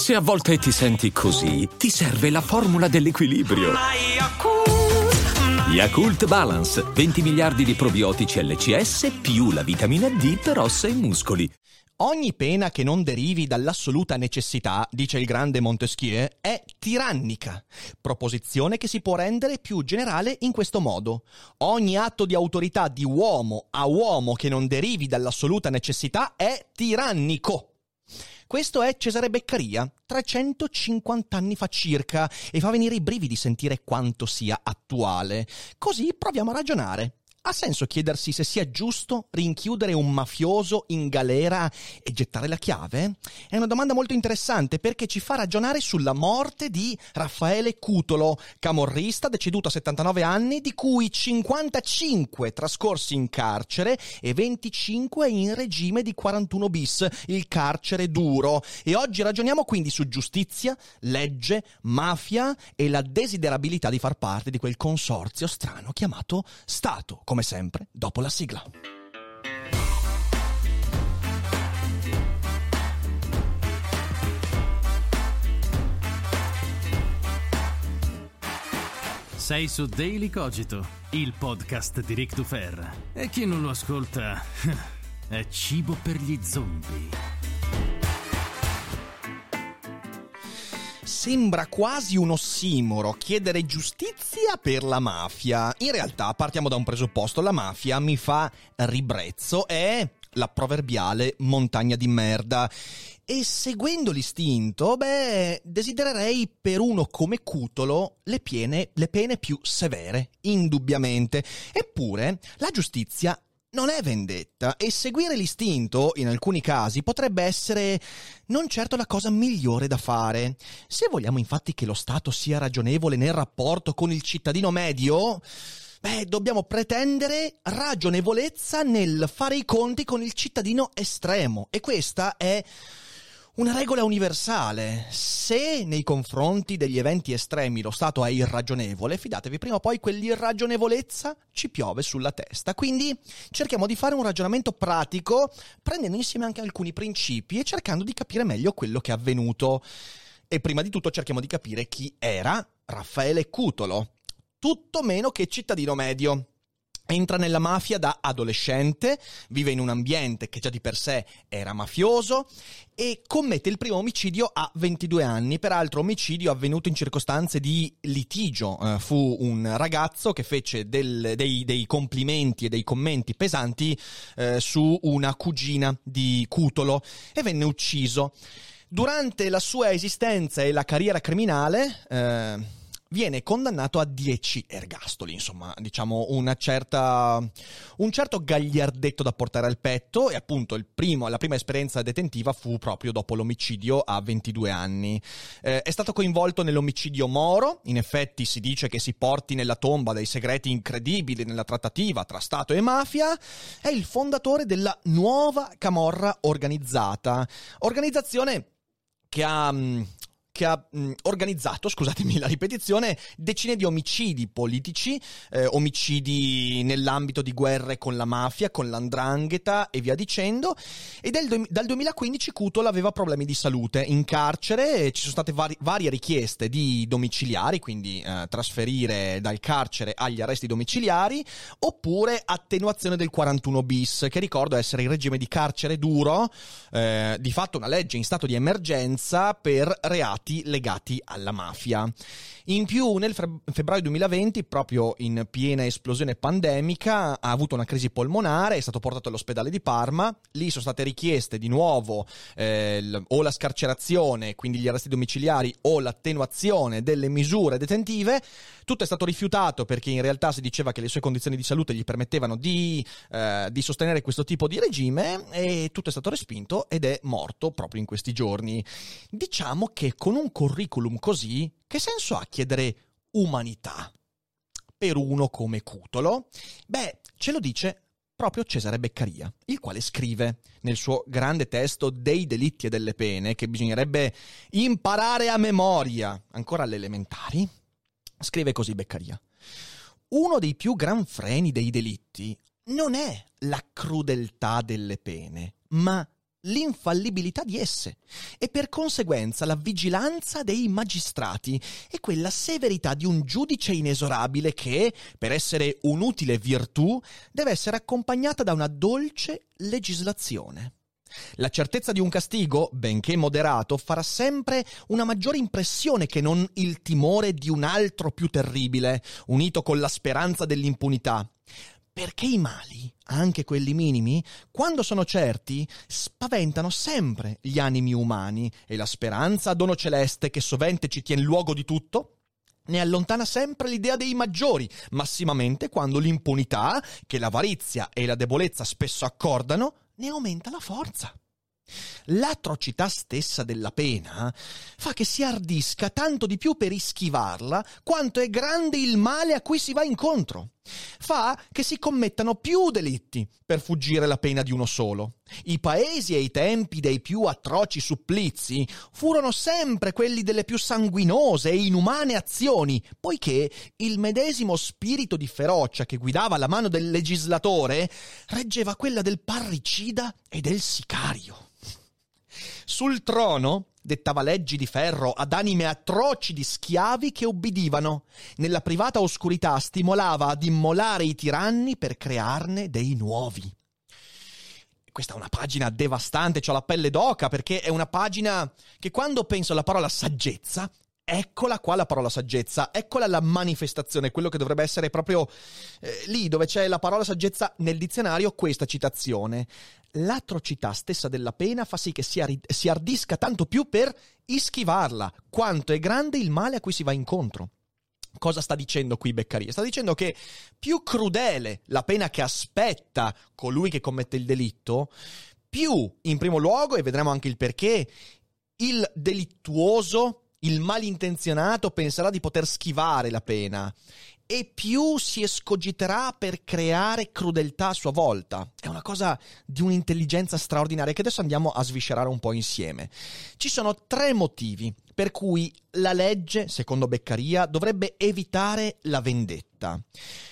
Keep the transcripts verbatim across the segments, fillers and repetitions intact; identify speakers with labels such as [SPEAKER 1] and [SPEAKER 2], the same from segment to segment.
[SPEAKER 1] Se a volte ti senti così, ti serve la formula dell'equilibrio. Yakult Balance, venti miliardi di probiotici L C S più la vitamina D per ossa e muscoli.
[SPEAKER 2] Ogni pena che non derivi dall'assoluta necessità, dice il grande Montesquieu, è tirannica. Proposizione che si può rendere più generale in questo modo. Ogni atto di autorità di uomo a uomo che non derivi dall'assoluta necessità è tirannico. Questo è Cesare Beccaria, trecentocinquanta anni fa circa, e fa venire i brividi sentire quanto sia attuale. Così proviamo a ragionare. Ha senso chiedersi se sia giusto rinchiudere un mafioso in galera e gettare la chiave? È una domanda molto interessante perché ci fa ragionare sulla morte di Raffaele Cutolo, camorrista deceduto a settantanove anni, di cui cinquantacinque trascorsi in carcere e venticinque in regime di quarantuno bis, il carcere duro. E oggi ragioniamo quindi su giustizia, legge, mafia e la desiderabilità di far parte di quel consorzio strano chiamato Stato. Come sempre, dopo la sigla.
[SPEAKER 3] Sei su Daily Cogito, il podcast di Ric Dufer. E chi non lo ascolta è cibo per gli zombie.
[SPEAKER 2] Sembra quasi un ossimoro chiedere giustizia per la mafia. In realtà partiamo da un presupposto: la mafia mi fa ribrezzo, è la proverbiale montagna di merda. E seguendo l'istinto, beh, desidererei per uno come Cutolo le pene, le pene più severe, indubbiamente. Eppure la giustizia non è vendetta e seguire l'istinto, in alcuni casi, potrebbe essere non certo la cosa migliore da fare. Se vogliamo infatti che lo Stato sia ragionevole nel rapporto con il cittadino medio, beh, dobbiamo pretendere ragionevolezza nel fare i conti con il cittadino estremo. E questa è una regola universale. Se nei confronti degli eventi estremi lo Stato è irragionevole, fidatevi, prima o poi quell'irragionevolezza ci piove sulla testa. Quindi cerchiamo di fare un ragionamento pratico, prendendo insieme anche alcuni principi e cercando di capire meglio quello che è avvenuto. E prima di tutto cerchiamo di capire chi era Raffaele Cutolo. Tutto meno che cittadino medio. Entra nella mafia da adolescente, vive in un ambiente che già di per sé era mafioso e commette il primo omicidio a ventidue anni, peraltro omicidio avvenuto in circostanze di litigio. Uh, fu un ragazzo che fece del, dei, dei complimenti e dei commenti pesanti uh, su una cugina di Cutolo e venne ucciso. Durante la sua esistenza e la carriera criminale Uh, viene condannato a dieci ergastoli, insomma, diciamo una certa, un certo gagliardetto da portare al petto, e appunto il primo, la prima esperienza detentiva fu proprio dopo l'omicidio a ventidue anni. Eh, è stato coinvolto nell'omicidio Moro, in effetti si dice che si porti nella tomba dei segreti incredibili nella trattativa tra Stato e mafia, è il fondatore della nuova camorra organizzata, organizzazione che ha che ha mh, organizzato, scusatemi la ripetizione, decine di omicidi politici, eh, omicidi nell'ambito di guerre con la mafia, con l'andrangheta e via dicendo. E del, dal duemilaquindici Cutolo aveva problemi di salute, in carcere ci sono state vari, varie richieste di domiciliari, quindi eh, trasferire dal carcere agli arresti domiciliari, oppure attenuazione del quarantuno bis, che ricordo essere il regime di carcere duro, eh, di fatto una legge in stato di emergenza per reati legati alla mafia. In più, nel febbraio duemilaventi, proprio in piena esplosione pandemica, ha avuto una crisi polmonare, è stato portato all'ospedale di Parma. Lì sono state richieste di nuovo eh, l- o la scarcerazione, quindi gli arresti domiciliari, o l'attenuazione delle misure detentive. Tutto è stato rifiutato perché in realtà si diceva che le sue condizioni di salute gli permettevano di, eh, di sostenere questo tipo di regime, e tutto è stato respinto ed è morto proprio in questi giorni. Diciamo che con un curriculum così, che senso ha chiedere umanità per uno come Cutolo? Beh, ce lo dice proprio Cesare Beccaria, il quale scrive nel suo grande testo dei delitti e delle pene, che bisognerebbe imparare a memoria ancora alle elementari. Scrive così Beccaria: uno dei più gran freni dei delitti non è la crudeltà delle pene, ma l'infallibilità di esse e per conseguenza la vigilanza dei magistrati e quella severità di un giudice inesorabile che, per essere un'utile virtù, deve essere accompagnata da una dolce legislazione. La certezza di un castigo, benché moderato, farà sempre una maggiore impressione che non il timore di un altro più terribile, unito con la speranza dell'impunità. Perché i mali, anche quelli minimi, quando sono certi, spaventano sempre gli animi umani e la speranza, dono celeste che sovente ci tiene luogo di tutto, ne allontana sempre l'idea dei maggiori, massimamente quando l'impunità, che l'avarizia e la debolezza spesso accordano, ne aumenta la forza. L'atrocità stessa della pena fa che si ardisca tanto di più per ischivarla quanto è grande il male a cui si va incontro. Fa che si commettano più delitti per fuggire la pena di uno solo. I paesi e i tempi dei più atroci supplizi furono sempre quelli delle più sanguinose e inumane azioni, poiché il medesimo spirito di ferocia che guidava la mano del legislatore reggeva quella del parricida e del sicario. Sul trono dettava leggi di ferro ad anime atroci di schiavi che obbedivano. Nella privata oscurità stimolava ad immolare i tiranni per crearne dei nuovi. Questa è una pagina devastante, c'ho la pelle d'oca, perché è una pagina che quando penso alla parola saggezza, eccola qua la parola saggezza, eccola la manifestazione, quello che dovrebbe essere proprio eh, lì dove c'è la parola saggezza nel dizionario, questa citazione. L'atrocità stessa della pena fa sì che si, ar- si ardisca tanto più per ischivarla, quanto è grande il male a cui si va incontro. Cosa sta dicendo qui Beccaria? Sta dicendo che più crudele la pena che aspetta colui che commette il delitto, più, in primo luogo, e vedremo anche il perché, il delittuoso, il malintenzionato penserà di poter schivare la pena e più si escogiterà per creare crudeltà a sua volta. È una cosa di un'intelligenza straordinaria che adesso andiamo a sviscerare un po' insieme. Ci sono tre motivi per cui la legge, secondo Beccaria, dovrebbe evitare la vendetta.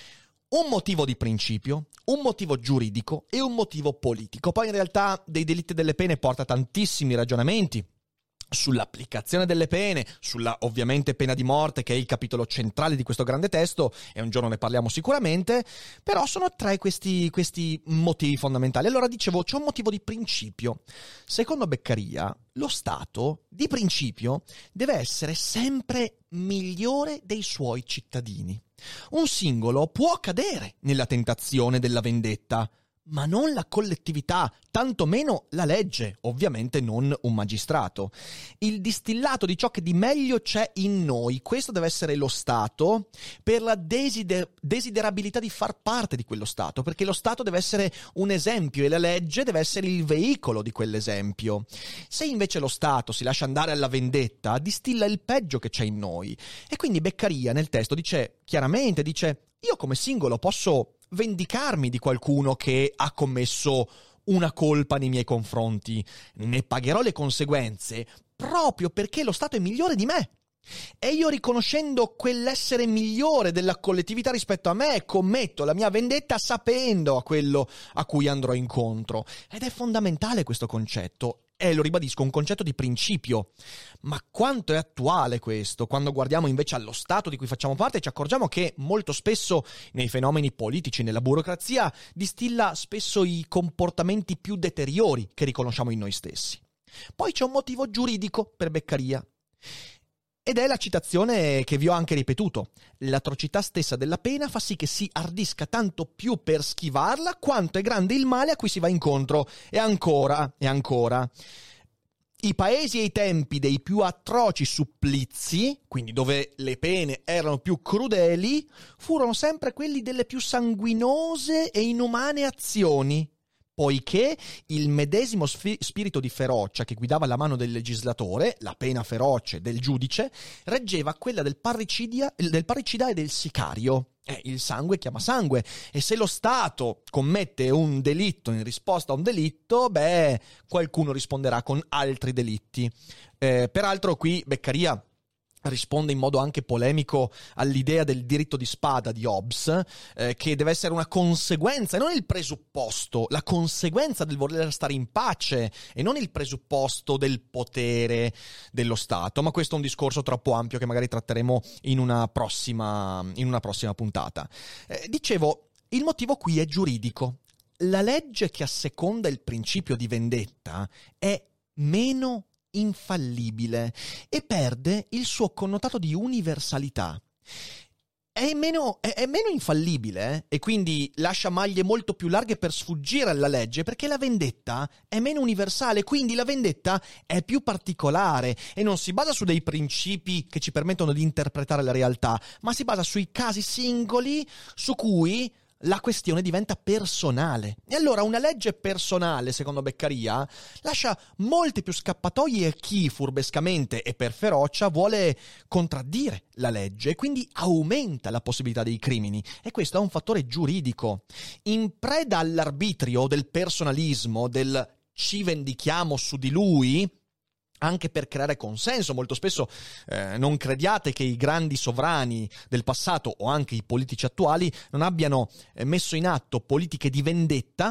[SPEAKER 2] Un motivo di principio, un motivo giuridico e un motivo politico. Poi in realtà dei delitti e delle pene porta tantissimi ragionamenti sull'applicazione delle pene, sulla ovviamente pena di morte, che è il capitolo centrale di questo grande testo, e un giorno ne parliamo sicuramente, però sono tre questi, questi motivi fondamentali. Allora dicevo, c'è un motivo di principio. Secondo Beccaria, lo Stato, di principio, deve essere sempre migliore dei suoi cittadini. Un singolo può cadere nella tentazione della vendetta, ma non la collettività, tantomeno la legge, ovviamente non un magistrato. Il distillato di ciò che di meglio c'è in noi, questo deve essere lo Stato, per la desider- desiderabilità di far parte di quello Stato, perché lo Stato deve essere un esempio e la legge deve essere il veicolo di quell'esempio. Se invece lo Stato si lascia andare alla vendetta, distilla il peggio che c'è in noi. E quindi Beccaria nel testo dice chiaramente, dice, io come singolo posso vendicarmi di qualcuno che ha commesso una colpa nei miei confronti. Ne pagherò le conseguenze proprio perché lo Stato è migliore di me. E io, riconoscendo quell'essere migliore della collettività rispetto a me, commetto la mia vendetta sapendo a quello a cui andrò incontro. Ed è fondamentale questo concetto. È, lo ribadisco, un concetto di principio. Ma quanto è attuale questo? Quando guardiamo invece allo Stato di cui facciamo parte, ci accorgiamo che molto spesso nei fenomeni politici, nella burocrazia, distilla spesso i comportamenti più deteriori che riconosciamo in noi stessi. Poi c'è un motivo giuridico per Beccaria. Ed è la citazione che vi ho anche ripetuto. L'atrocità stessa della pena fa sì che si ardisca tanto più per schivarla quanto è grande il male a cui si va incontro. E ancora, e ancora. I paesi e i tempi dei più atroci supplizi, quindi dove le pene erano più crudeli, furono sempre quelli delle più sanguinose e inumane azioni, poiché il medesimo sfi- spirito di ferocia che guidava la mano del legislatore, la pena feroce del giudice, reggeva quella del parricidia, del parricida e del sicario. Eh, il sangue chiama sangue, e se lo Stato commette un delitto in risposta a un delitto, beh, qualcuno risponderà con altri delitti. Eh, peraltro qui Beccaria risponde in modo anche polemico all'idea del diritto di spada di Hobbes, eh, che deve essere una conseguenza e non il presupposto, la conseguenza del voler stare in pace e non il presupposto del potere dello Stato. Ma questo è un discorso troppo ampio che magari tratteremo in una prossima, in una prossima puntata. Eh, dicevo, il motivo qui è giuridico. La legge che asseconda il principio di vendetta è meno infallibile e perde il suo connotato di universalità. È meno, è, è meno infallibile eh? E quindi lascia maglie molto più larghe per sfuggire alla legge, perché la vendetta è meno universale, quindi la vendetta è più particolare e non si basa su dei principi che ci permettono di interpretare la realtà, ma si basa sui casi singoli su cui la questione diventa personale. E allora una legge personale, secondo Beccaria, lascia molte più scappatoie a chi furbescamente e per ferocia vuole contraddire la legge e quindi aumenta la possibilità dei crimini. E questo è un fattore giuridico. In preda all'arbitrio del personalismo, del ci vendichiamo su di lui, anche per creare consenso. Molto spesso eh, non crediate che i grandi sovrani del passato o anche i politici attuali non abbiano eh, messo in atto politiche di vendetta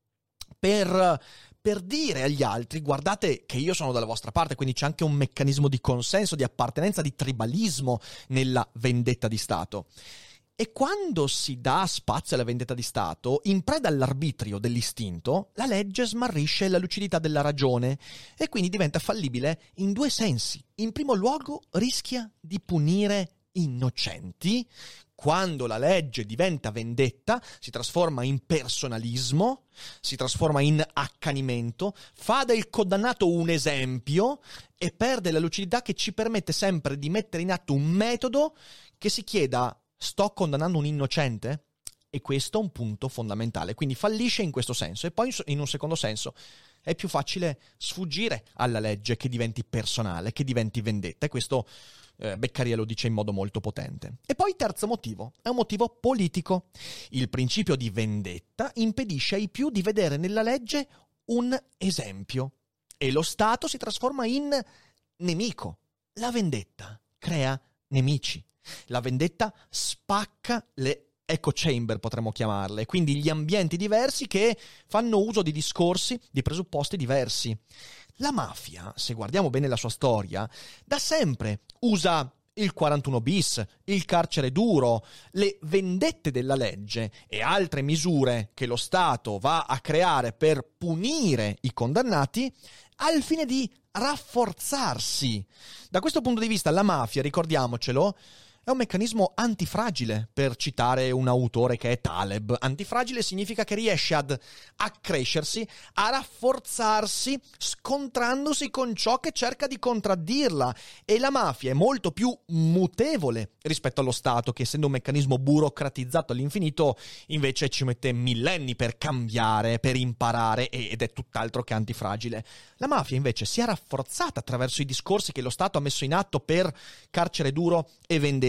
[SPEAKER 2] per, per dire agli altri: guardate che io sono dalla vostra parte. Quindi c'è anche un meccanismo di consenso, di appartenenza, di tribalismo nella vendetta di Stato. E quando si dà spazio alla vendetta di Stato, in preda all'arbitrio dell'istinto, la legge smarrisce la lucidità della ragione e quindi diventa fallibile in due sensi. In primo luogo, rischia di punire innocenti. Quando la legge diventa vendetta, si trasforma in personalismo, si trasforma in accanimento, fa del condannato un esempio e perde la lucidità che ci permette sempre di mettere in atto un metodo che si chieda: sto condannando un innocente? E questo è un punto fondamentale. Quindi fallisce in questo senso. E poi in un secondo senso è più facile sfuggire alla legge che diventi personale, che diventi vendetta. E questo eh, Beccaria lo dice in modo molto potente. E poi terzo motivo, è un motivo politico. Il principio di vendetta impedisce ai più di vedere nella legge un esempio. E lo Stato si trasforma in nemico. La vendetta crea nemici. La vendetta spacca le echo chamber, potremmo chiamarle, quindi gli ambienti diversi che fanno uso di discorsi, di presupposti diversi. La mafia, se guardiamo bene la sua storia, da sempre usa il quarantuno bis, il carcere duro, le vendette della legge e altre misure che lo Stato va a creare per punire i condannati al fine di rafforzarsi. Da questo punto di vista la mafia, ricordiamocelo, è un meccanismo antifragile, per citare un autore che è Taleb. Antifragile significa che riesce ad accrescersi, a rafforzarsi, scontrandosi con ciò che cerca di contraddirla. E la mafia è molto più mutevole rispetto allo Stato, che essendo un meccanismo burocratizzato all'infinito, invece ci mette millenni per cambiare, per imparare, ed è tutt'altro che antifragile. La mafia invece si è rafforzata attraverso i discorsi che lo Stato ha messo in atto per carcere duro e vendetta.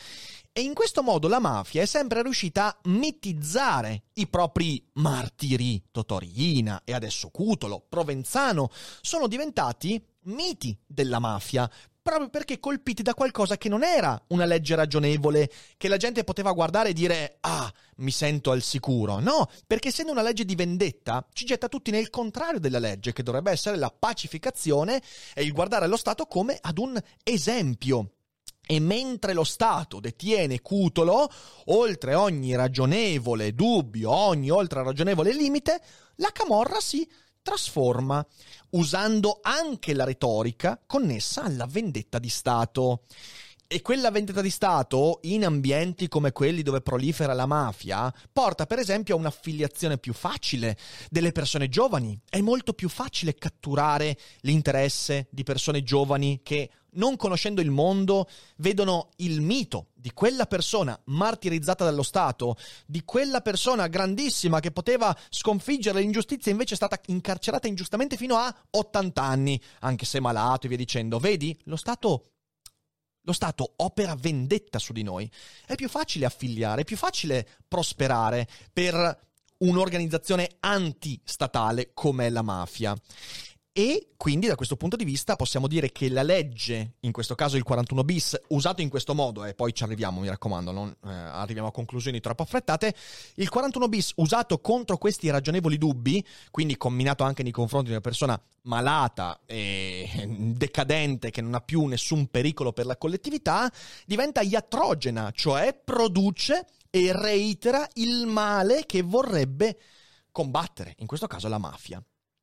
[SPEAKER 2] E in questo modo la mafia è sempre riuscita a mitizzare i propri martiri. Totò Riina e adesso Cutolo, Provenzano sono diventati miti della mafia, proprio perché colpiti da qualcosa che non era una legge ragionevole, che la gente poteva guardare e dire: ah, mi sento al sicuro. No, perché essendo una legge di vendetta ci getta tutti nel contrario della legge, che dovrebbe essere la pacificazione e il guardare allo Stato come ad un esempio. E mentre lo Stato detiene Cutolo, oltre ogni ragionevole dubbio, ogni oltre ragionevole limite, la camorra si trasforma, usando anche la retorica connessa alla vendetta di Stato. E quella vendetta di Stato, in ambienti come quelli dove prolifera la mafia, porta per esempio a un'affiliazione più facile delle persone giovani. È molto più facile catturare l'interesse di persone giovani che, non conoscendo il mondo, vedono il mito di quella persona martirizzata dallo Stato, di quella persona grandissima che poteva sconfiggere l'ingiustizia, invece è stata incarcerata ingiustamente fino a ottanta anni, anche se malato e via dicendo. Vedi? Lo Stato... Lo Stato opera vendetta su di noi. È più facile affiliare, è più facile prosperare per un'organizzazione antistatale come la mafia. E quindi da questo punto di vista possiamo dire che la legge, in questo caso il quarantuno bis, usato in questo modo, e poi ci arriviamo, mi raccomando, non eh, arriviamo a conclusioni troppo affrettate, il quarantuno bis usato contro questi ragionevoli dubbi, quindi comminato anche nei confronti di una persona malata e decadente che non ha più nessun pericolo per la collettività, diventa iatrogena, cioè produce e reitera il male che vorrebbe combattere, in questo caso la mafia.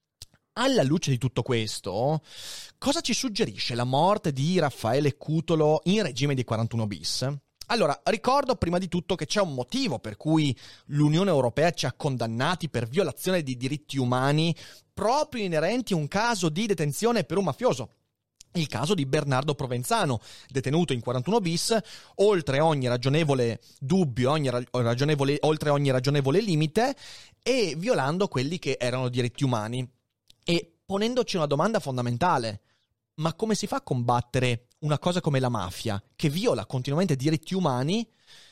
[SPEAKER 2] Alla luce di tutto questo, cosa ci suggerisce la morte di Raffaele Cutolo in regime di quarantuno bis? Allora, ricordo prima di tutto che c'è un motivo per cui l'Unione Europea ci ha condannati per violazione di diritti umani proprio inerenti a un caso di detenzione per un mafioso. Il caso di Bernardo Provenzano, detenuto in quarantuno bis, oltre ogni ragionevole dubbio, ogni ragionevole, oltre ogni ragionevole limite, e violando quelli che erano diritti umani. E ponendoci una domanda fondamentale: ma come si fa a combattere una cosa come la mafia, che viola continuamente diritti umani,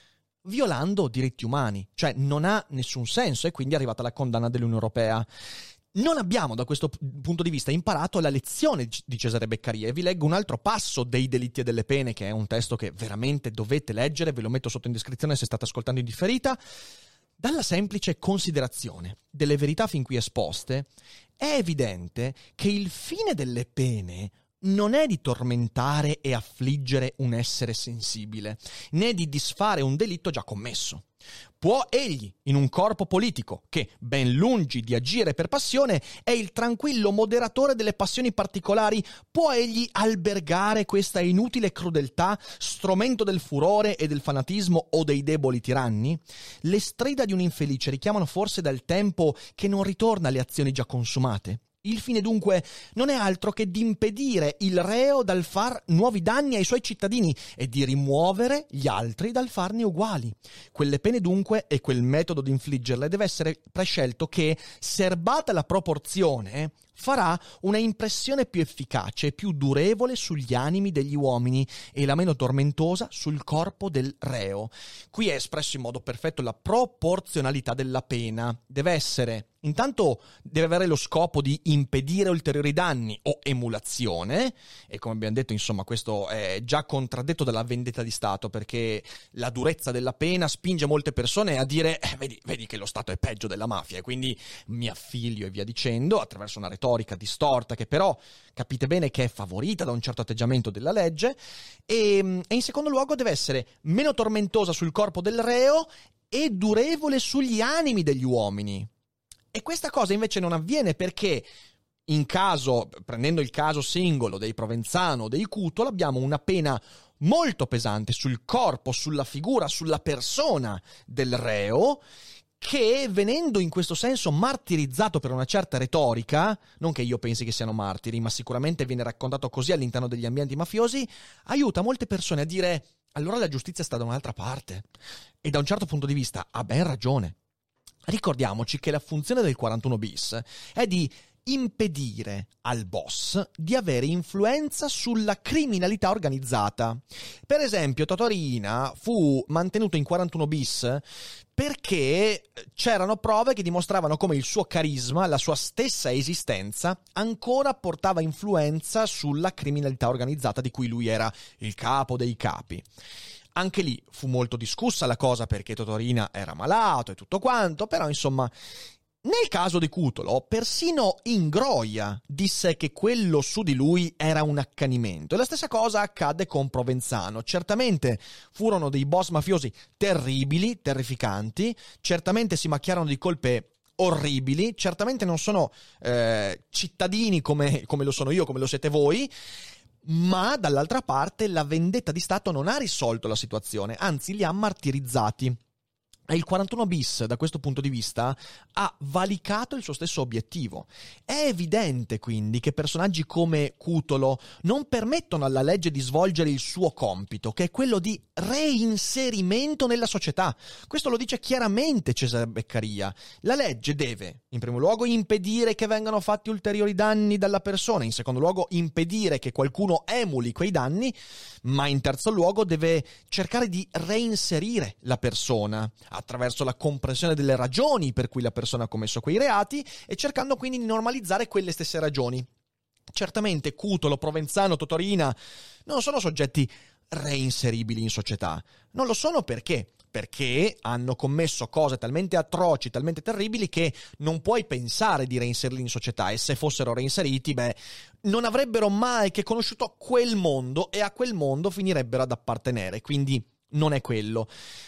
[SPEAKER 2] violando diritti umani? Cioè non ha nessun senso, e quindi è arrivata la condanna dell'Unione Europea. Non abbiamo da questo punto di vista imparato la lezione di Cesare Beccaria, e vi leggo un altro passo dei Delitti e delle Pene, che è un testo che veramente dovete leggere, ve lo metto sotto in descrizione se state ascoltando in differita. Dalla semplice considerazione delle verità fin qui esposte, è evidente che il fine delle pene non è di tormentare e affliggere un essere sensibile, né di disfare un delitto già commesso. Può egli, in un corpo politico che, ben lungi di agire per passione, è il tranquillo moderatore delle passioni particolari, può egli albergare questa inutile crudeltà, strumento del furore e del fanatismo o dei deboli tiranni? Le strida di un infelice richiamano forse dal tempo che non ritorna alle azioni già consumate? Il fine dunque non è altro che di impedire il reo dal far nuovi danni ai suoi cittadini e di rimuovere gli altri dal farne uguali. Quelle pene dunque e quel metodo di infliggerle deve essere prescelto che, serbata la proporzione, farà una impressione più efficace e più durevole sugli animi degli uomini e la meno tormentosa sul corpo del reo. Qui è espresso in modo perfetto la proporzionalità della pena. Deve essere, intanto, deve avere lo scopo di impedire ulteriori danni o emulazione, e come abbiamo detto, insomma, questo è già contraddetto dalla vendetta di Stato, perché la durezza della pena spinge molte persone a dire eh, vedi, vedi che lo Stato è peggio della mafia e quindi mi affilio e via dicendo, attraverso una retorica distorta che però capite bene che è favorita da un certo atteggiamento della legge. E, e in secondo luogo deve essere meno tormentosa sul corpo del reo e durevole sugli animi degli uomini. E questa cosa invece non avviene perché, in caso, prendendo il caso singolo dei Provenzano o dei Cutolo, abbiamo una pena molto pesante sul corpo, sulla figura, sulla persona del reo, che, venendo in questo senso martirizzato per una certa retorica, non che io pensi che siano martiri, ma sicuramente viene raccontato così all'interno degli ambienti mafiosi, aiuta molte persone a dire allora la giustizia sta da un'altra parte. E da un certo punto di vista ha ben ragione. Ricordiamoci che la funzione del quarantuno bis è di impedire al boss di avere influenza sulla criminalità organizzata. Per esempio, Totò Riina fu mantenuto in quarantuno bis perché c'erano prove che dimostravano come il suo carisma, la sua stessa esistenza, ancora portava influenza sulla criminalità organizzata di cui lui era il capo dei capi. Anche lì fu molto discussa la cosa perché Totò Riina era malato e tutto quanto, però insomma, nel caso di Cutolo, persino Ingroia disse che quello su di lui era un accanimento. E la stessa cosa accadde con Provenzano. Certamente furono dei boss mafiosi terribili, terrificanti, certamente si macchiarono di colpe orribili, certamente non sono eh, cittadini come, come lo sono io, come lo siete voi, ma dall'altra parte la vendetta di Stato non ha risolto la situazione, anzi li ha martirizzati. E il quarantuno bis, da questo punto di vista, ha valicato il suo stesso obiettivo. È evidente, quindi, che personaggi come Cutolo non permettono alla legge di svolgere il suo compito, che è quello di reinserimento nella società. Questo lo dice chiaramente Cesare Beccaria. La legge deve, in primo luogo, impedire che vengano fatti ulteriori danni dalla persona, in secondo luogo, impedire che qualcuno emuli quei danni, ma in terzo luogo deve cercare di reinserire la persona attraverso la comprensione delle ragioni per cui la persona ha commesso quei reati e cercando quindi di normalizzare quelle stesse ragioni. Certamente Cutolo, Provenzano, Totorina non sono soggetti reinseribili in società. Non lo sono perché? Perché hanno commesso cose talmente atroci, talmente terribili che non puoi pensare di reinserirli in società, e se fossero reinseriti, beh, non avrebbero mai che conosciuto quel mondo e a quel mondo finirebbero ad appartenere, quindi non è quello.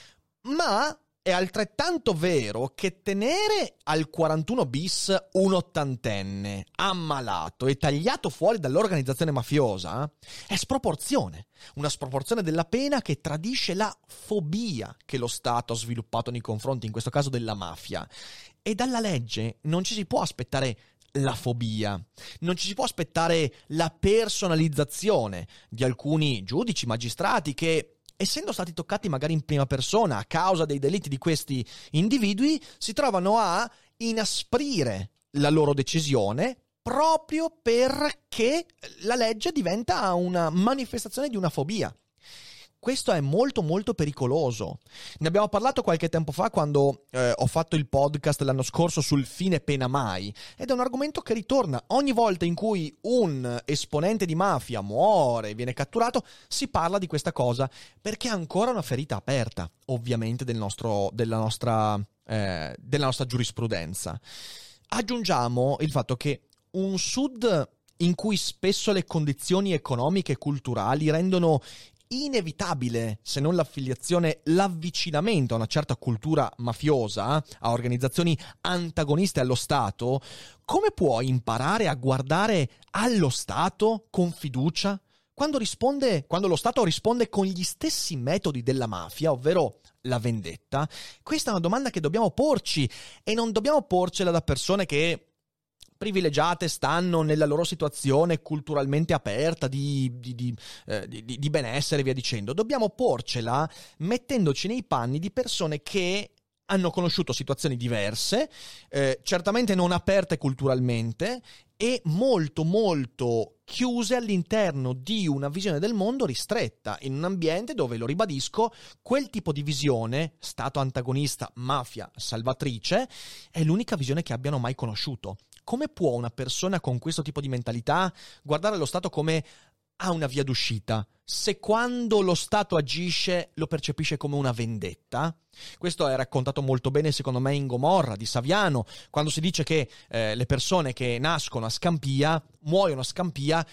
[SPEAKER 2] Ma è altrettanto vero che tenere al quarantuno bis un ottantenne ammalato e tagliato fuori dall'organizzazione mafiosa è sproporzione. Una sproporzione della pena che tradisce la fobia che lo Stato ha sviluppato nei confronti, in questo caso, della mafia. E dalla legge non ci si può aspettare la fobia, non ci si può aspettare la personalizzazione di alcuni giudici, magistrati che, essendo stati toccati magari in prima persona a causa dei delitti di questi individui, si trovano a inasprire la loro decisione proprio perché la legge diventa una manifestazione di una fobia. Questo è molto molto pericoloso. Ne abbiamo parlato qualche tempo fa quando eh, ho fatto il podcast l'anno scorso sul fine pena mai, ed è un argomento che ritorna ogni volta in cui un esponente di mafia muore, viene catturato, si parla di questa cosa, perché è ancora una ferita aperta, ovviamente, del nostro, della nostra, eh, della nostra giurisprudenza. Aggiungiamo il fatto che un Sud in cui spesso le condizioni economiche e culturali rendono inevitabile, se non l'affiliazione, l'avvicinamento a una certa cultura mafiosa, a organizzazioni antagoniste allo Stato, come puoi imparare a guardare allo Stato con fiducia quando risponde, quando lo Stato risponde con gli stessi metodi della mafia, ovvero la vendetta? Questa è una domanda che dobbiamo porci, e non dobbiamo porcela da persone che privilegiate stanno nella loro situazione culturalmente aperta di, di, di, eh, di, di benessere e via dicendo. Dobbiamo porcela mettendoci nei panni di persone che hanno conosciuto situazioni diverse, eh, certamente non aperte culturalmente e molto molto chiuse all'interno di una visione del mondo ristretta, in un ambiente dove, lo ribadisco, quel tipo di visione, Stato antagonista, mafia salvatrice, è l'unica visione che abbiano mai conosciuto. Come può una persona con questo tipo di mentalità guardare lo Stato come a una via d'uscita, se quando lo Stato agisce lo percepisce come una vendetta? Questo è raccontato molto bene, secondo me, in Gomorra di Saviano, quando si dice che eh, le persone che nascono a Scampia muoiono a Scampia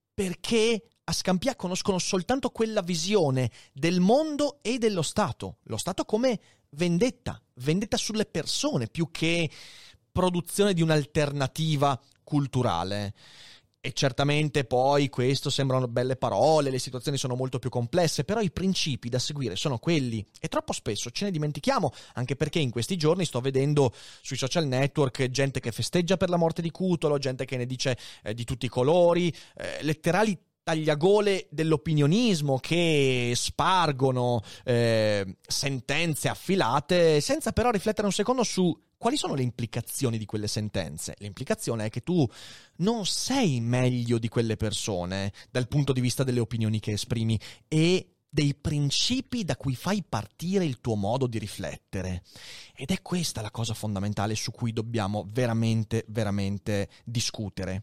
[SPEAKER 2] perché a Scampia conoscono soltanto quella visione del mondo e dello Stato. Lo Stato come vendetta, vendetta sulle persone, più che produzione di un'alternativa culturale. E certamente poi questo sembrano belle parole, le situazioni sono molto più complesse, però i principi da seguire sono quelli, e troppo spesso ce ne dimentichiamo, anche perché in questi giorni sto vedendo sui social network gente che festeggia per la morte di Cutolo, gente che ne dice eh, di tutti i colori, eh, letterali tagliagole dell'opinionismo che spargono eh, sentenze affilate senza però riflettere un secondo su quali sono le implicazioni di quelle sentenze. L'implicazione è che tu non sei meglio di quelle persone dal punto di vista delle opinioni che esprimi e dei principi da cui fai partire il tuo modo di riflettere. Ed è questa la cosa fondamentale su cui dobbiamo veramente, veramente discutere.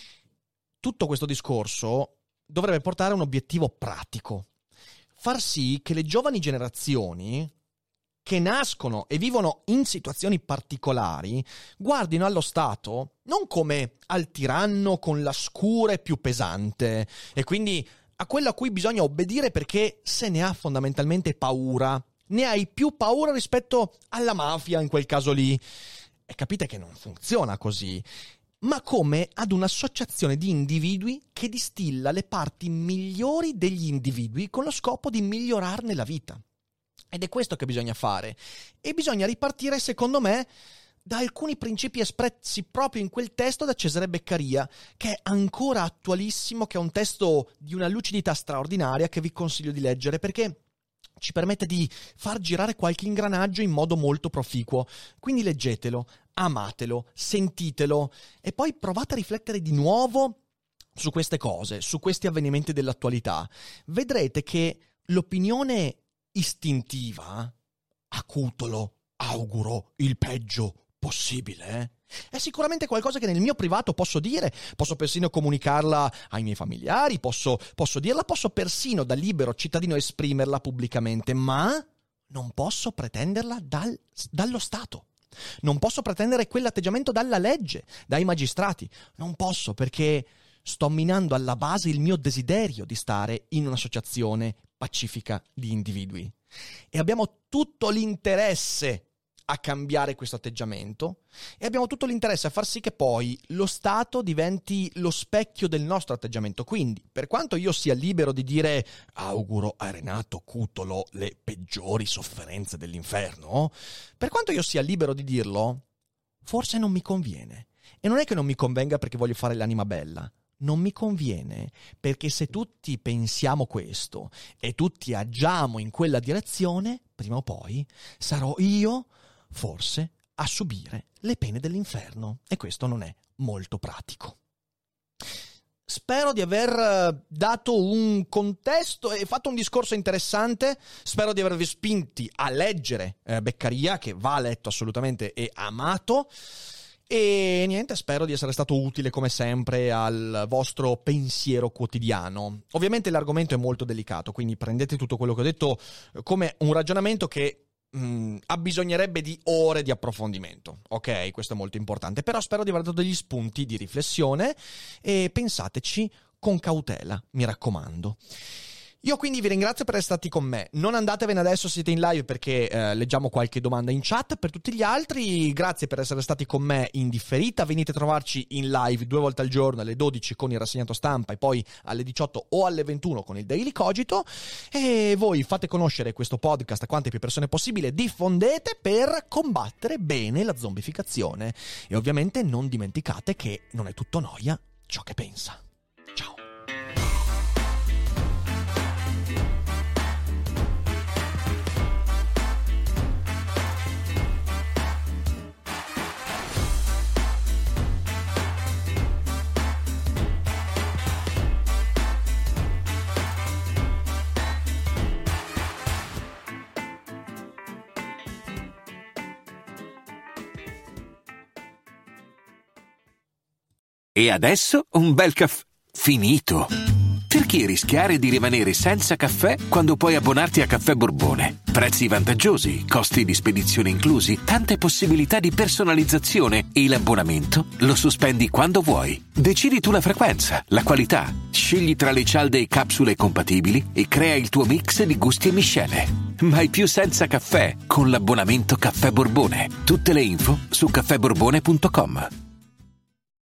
[SPEAKER 2] Tutto questo discorso dovrebbe portare a un obiettivo pratico: far sì che le giovani generazioni che nascono e vivono in situazioni particolari guardino allo Stato non come al tiranno con la scure più pesante e quindi a quello a cui bisogna obbedire perché se ne ha fondamentalmente paura. Ne hai più paura rispetto alla mafia in quel caso lì. E capite che non funziona così. Ma come ad un'associazione di individui che distilla le parti migliori degli individui con lo scopo di migliorarne la vita. Ed è questo che bisogna fare. E bisogna ripartire, secondo me, da alcuni principi espressi proprio in quel testo da Cesare Beccaria, che è ancora attualissimo, che è un testo di una lucidità straordinaria che vi consiglio di leggere, perché ci permette di far girare qualche ingranaggio in modo molto proficuo. Quindi leggetelo, amatelo, sentitelo e poi provate a riflettere di nuovo su queste cose, su questi avvenimenti dell'attualità. Vedrete che l'opinione istintiva, a Cutolo auguro il peggio possibile, eh? È sicuramente qualcosa che nel mio privato posso dire, posso persino comunicarla ai miei familiari, posso, posso dirla, posso persino da libero cittadino esprimerla pubblicamente, ma non posso pretenderla dal, dallo Stato. Non posso pretendere quell'atteggiamento dalla legge, dai magistrati. Non posso, perché sto minando alla base il mio desiderio di stare in un'associazione pacifica di individui. E abbiamo tutto l'interesse a cambiare questo atteggiamento e abbiamo tutto l'interesse a far sì che poi lo Stato diventi lo specchio del nostro atteggiamento. Quindi, per quanto io sia libero di dire auguro a Renato Cutolo le peggiori sofferenze dell'inferno, per quanto io sia libero di dirlo, forse non mi conviene. E non è che non mi convenga perché voglio fare l'anima bella. Non mi conviene perché se tutti pensiamo questo e tutti agiamo in quella direzione, prima o poi sarò io forse a subire le pene dell'inferno, e questo non è molto pratico. Spero di aver dato un contesto e fatto un discorso interessante, spero di avervi spinti a leggere eh, Beccaria, che va letto assolutamente e amato, e niente, spero di essere stato utile come sempre al vostro pensiero quotidiano. Ovviamente l'argomento è molto delicato, quindi prendete tutto quello che ho detto come un ragionamento che Mm, abbisognerebbe di ore di approfondimento, ok? Questo è molto importante, però spero di aver dato degli spunti di riflessione e pensateci con cautela, mi raccomando. Io quindi vi ringrazio per essere stati con me. Non andatevene adesso, siete in live, perché eh, leggiamo qualche domanda in chat. Per tutti gli altri, grazie per essere stati con me in differita. Venite a trovarci in live due volte al giorno, alle dodici con il rassegnato stampa e poi alle diciotto o alle ventuno con il Daily Cogito. E voi fate conoscere questo podcast a quante più persone possibile, diffondete per combattere bene la zombificazione. E ovviamente non dimenticate che non è tutto noia ciò che pensa. Ciao.
[SPEAKER 4] E adesso un bel caffè finito. Perché rischiare di rimanere senza caffè quando puoi abbonarti a Caffè Borbone? Prezzi vantaggiosi, costi di spedizione inclusi, tante possibilità di personalizzazione e l'abbonamento lo sospendi quando vuoi. Decidi tu la frequenza, la qualità, scegli tra le cialde e capsule compatibili e crea il tuo mix di gusti e miscele. Mai più senza caffè con l'abbonamento Caffè Borbone. Tutte le info su caffè borbone punto com.